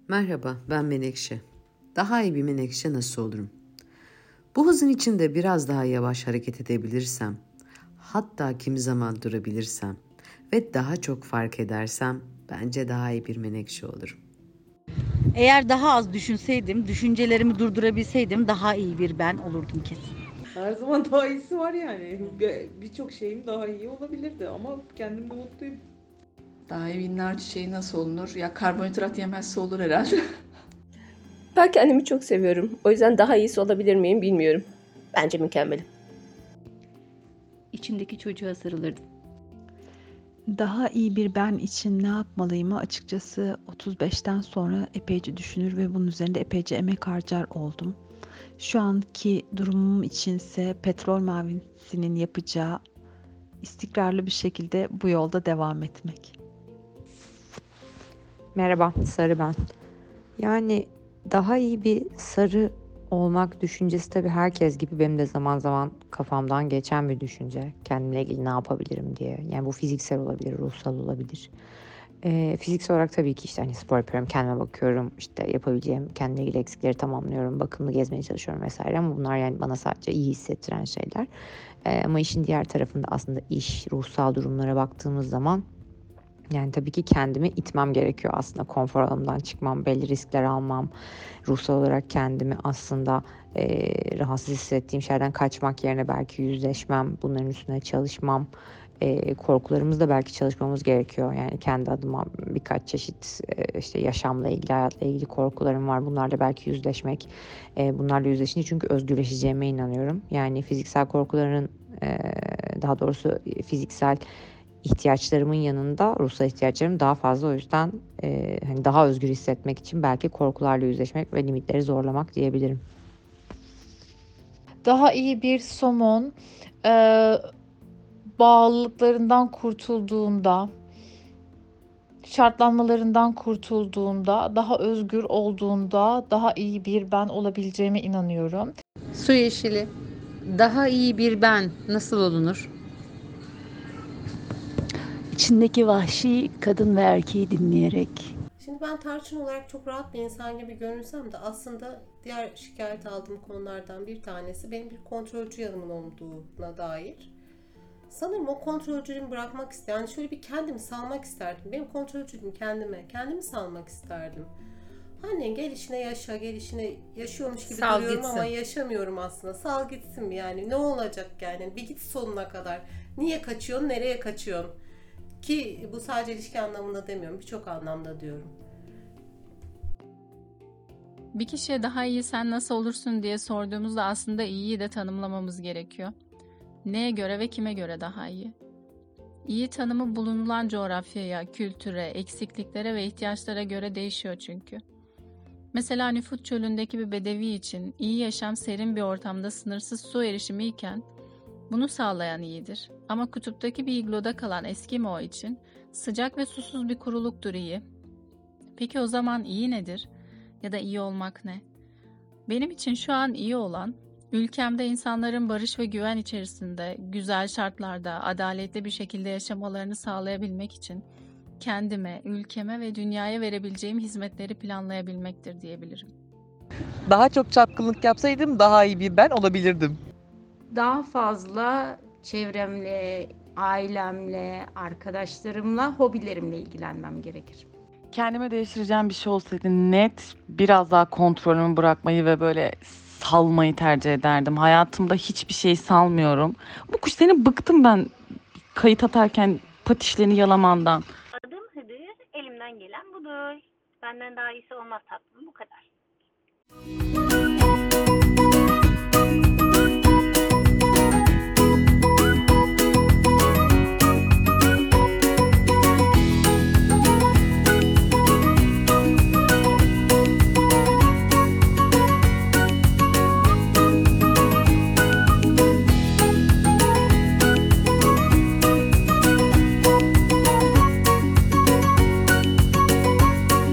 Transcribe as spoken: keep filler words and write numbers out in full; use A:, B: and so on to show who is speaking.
A: Merhaba, ben Menekşe. Daha iyi bir Menekşe nasıl olurum? Bu hızın içinde biraz daha yavaş hareket edebilirsem, hatta kimi zaman durabilirsem ve daha çok fark edersem bence daha iyi bir Menekşe olurum.
B: Eğer daha az düşünseydim, düşüncelerimi durdurabilseydim daha iyi bir ben olurdum kesin.
C: Her zaman daha iyisi var yani. Bir- Birçok şeyim daha iyi olabilirdi ama kendimde mutluyum.
D: Daha iyi bir nar çiçeği nasıl olunur? Ya karbonhidrat yemezse olur herhalde.
E: Ben kendimi çok seviyorum. O yüzden daha iyisi olabilir miyim bilmiyorum. Bence mükemmelim.
B: İçimdeki çocuğa sarılırdım.
F: Daha iyi bir ben için ne yapmalıyımı açıkçası otuz beşten sonra epeyce düşünür ve bunun üzerinde epeyce emek harcar oldum. Şu anki durumum içinse petrol mavisinin yapacağı istikrarlı bir şekilde bu yolda devam etmek.
G: Merhaba, Sarı ben. Yani daha iyi bir sarı olmak düşüncesi tabii herkes gibi benim de zaman zaman kafamdan geçen bir düşünce. Kendimle ilgili ne yapabilirim diye. Yani bu fiziksel olabilir, ruhsal olabilir. Ee, fiziksel olarak tabii ki işte hani spor yapıyorum, kendime bakıyorum, işte yapabileceğim kendimle ilgili eksikleri tamamlıyorum, bakımlı gezmeye çalışıyorum vesaire. Ama bunlar yani bana sadece iyi hissettiren şeyler. Ee, ama işin diğer tarafında aslında iş, ruhsal durumlara baktığımız zaman yani tabii ki kendimi itmem gerekiyor aslında, konfor alanımdan çıkmam, belli riskler almam, ruhsal olarak kendimi aslında e, rahatsız hissettiğim şeylerden kaçmak yerine belki yüzleşmem, bunların üstüne çalışmam, e, korkularımızda belki çalışmamız gerekiyor. Yani kendi adıma birkaç çeşit e, işte yaşamla ilgili, hayatla ilgili korkularım var. Bunlarla belki yüzleşmek, e, bunlarla yüzleşince çünkü özgürleşeceğime inanıyorum. Yani fiziksel korkuların, e, daha doğrusu fiziksel ihtiyaçlarımın yanında ruhsal ihtiyaçlarım daha fazla. O yüzden e, hani daha özgür hissetmek için belki korkularla yüzleşmek ve limitleri zorlamak diyebilirim.
H: Daha iyi bir somon, eee, bağlılıklarından kurtulduğunda, şartlanmalarından kurtulduğunda, daha özgür olduğunda daha iyi bir ben olabileceğime inanıyorum.
I: Su yeşili. Daha iyi bir ben nasıl olunur?
B: İçindeki vahşi kadın ve erkeği dinleyerek.
J: Şimdi ben tarçın olarak çok rahat bir insan gibi görünsem de aslında diğer şikayet aldığım konulardan bir tanesi benim bir kontrolcü yanımın olduğuna dair. Sanırım o kontrolcülüğümü bırakmak istedim. Yani şöyle bir kendimi salmak isterdim. Benim kontrolcülüğüm kendime. Kendimi salmak isterdim. Annen gel işine yaşa, gel işine yaşıyormuş gibi
I: Sal
J: duruyorum
I: gitsin.
J: ama yaşamıyorum aslında. Sal gitsin yani. Ne olacak yani? Bir git sonuna kadar. Niye kaçıyorsun, nereye kaçıyorsun? Ki bu sadece ilişki anlamında demiyorum. Birçok anlamda diyorum.
K: Bir kişiye daha iyi sen nasıl olursun diye sorduğumuzda aslında iyiyi de tanımlamamız gerekiyor. Neye göre ve kime göre daha iyi? İyi tanımı bulunulan coğrafyaya, kültüre, eksikliklere ve ihtiyaçlara göre değişiyor çünkü. Mesela Nüfut çölündeki bir bedevi için iyi yaşam serin bir ortamda sınırsız su erişimi iken bunu sağlayan iyidir. Ama kutuptaki bir igloda kalan Eskimo için sıcak ve susuz bir kuruluktur iyi. Peki o zaman iyi nedir? Ya da iyi olmak ne? Benim için şu an iyi olan, ülkemde insanların barış ve güven içerisinde, güzel şartlarda, adaletli bir şekilde yaşamalarını sağlayabilmek için kendime, ülkeme ve dünyaya verebileceğim hizmetleri planlayabilmektir diyebilirim.
L: Daha çok çapkınlık yapsaydım daha iyi bir ben olabilirdim.
M: Daha fazla çevremle, ailemle, arkadaşlarımla, hobilerimle ilgilenmem gerekir.
N: Kendime değiştireceğim bir şey olsaydı net biraz daha kontrolümü bırakmayı ve böyle salmayı tercih ederdim. Hayatımda hiçbir şey salmıyorum. Bu kuş seni bıktım ben kayıt atarken patişlerini yalamandan.
O: Adım Hıdır, elimden gelen budur. Benden daha iyisi olmaz tatlım, bu kadar.